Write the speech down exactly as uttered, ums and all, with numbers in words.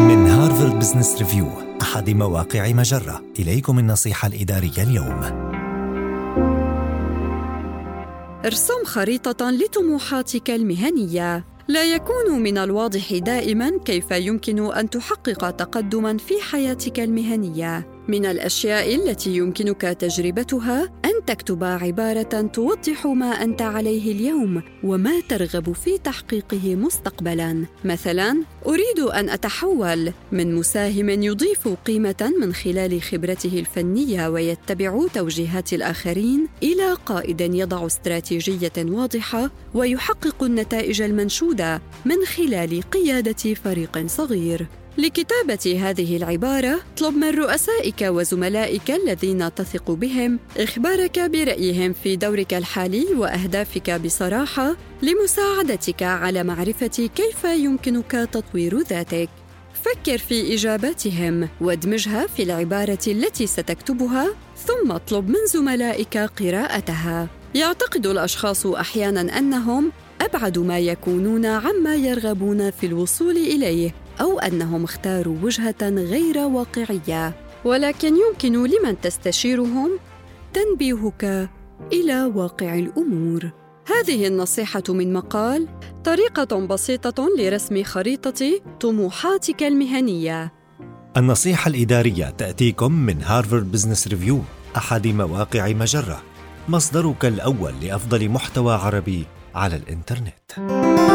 من هارفارد بزنس ريفيو، أحد مواقع مجرة، إليكم النصيحة الإدارية اليوم. ارسم خريطة لطموحاتك المهنية. لا يكون من الواضح دائماً كيف يمكن أن تحقق تقدماً في حياتك المهنية. من الأشياء التي يمكنك تجربتها أن تكتب عبارة توضح ما أنت عليه اليوم وما ترغب في تحقيقه مستقبلاً. مثلاً، أريد أن أتحول من مساهم يضيف قيمة من خلال خبرته الفنية ويتبع توجيهات الآخرين إلى قائد يضع استراتيجية واضحة ويحقق النتائج المنشودة من خلال قيادة فريق صغير. لكتابة هذه العبارة، اطلب من رؤسائك وزملائك الذين تثق بهم إخبارك برأيهم في دورك الحالي وأهدافك بصراحة لمساعدتك على معرفة كيف يمكنك تطوير ذاتك. فكر في إجاباتهم وادمجها في العبارة التي ستكتبها، ثم اطلب من زملائك قراءتها. يعتقد الأشخاص أحياناً أنهم أبعد ما يكونون عما يرغبون في الوصول إليه، أو أنهم اختاروا وجهة غير واقعية، ولكن يمكن لمن تستشيرهم تنبيهك إلى واقع الأمور. هذه النصيحة من مقال طريقة بسيطة لرسم خريطة طموحاتك المهنية. النصيحة الإدارية تأتيكم من هارفارد بزنس ريفيو، أحد مواقع مجرة، مصدرك الأول لأفضل محتوى عربي على الإنترنت.